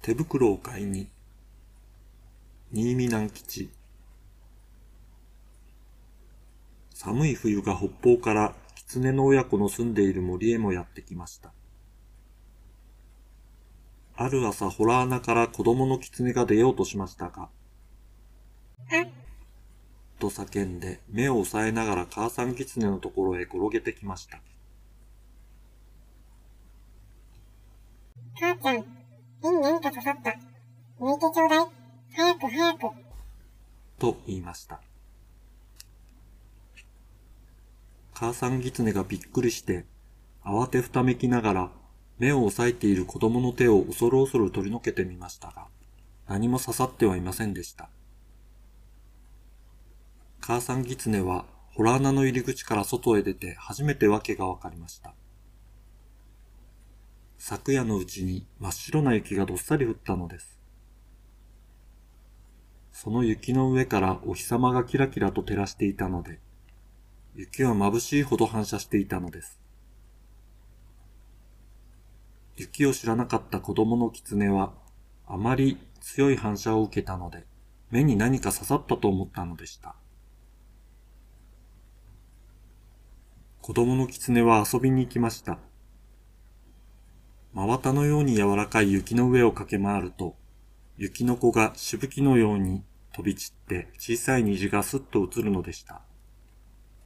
手袋を買いに、新見南吉。寒い冬が北方から狐の親子の住んでいる森へもやってきました。ある朝、洞穴から子供の狐が出ようとしましたが、と叫んで目を押さえながら母さん狐のところへ転げてきました。 母ちゃん、瓶何か刺さった。抜いてちょうだい。早く早く。 と言いました。母さん狐がびっくりして、慌てふためきながら、目を押さえている子供の手を恐る恐る取り除けてみましたが、何も刺さってはいませんでした。母さん狐は、洞穴の入り口から外へ出て初めて訳がわかりました。昨夜のうちに真っ白な雪がどっさり降ったのです。その雪の上からお日様がキラキラと照らしていたので、雪は眩しいほど反射していたのです。雪を知らなかった子供の狐は、あまり強い反射を受けたので、目に何か刺さったと思ったのでした。子供の狐は遊びに行きました。真綿のように柔らかい雪の上を駆け回ると、雪の子がしぶきのように飛び散って小さい虹がすっと映るのでした。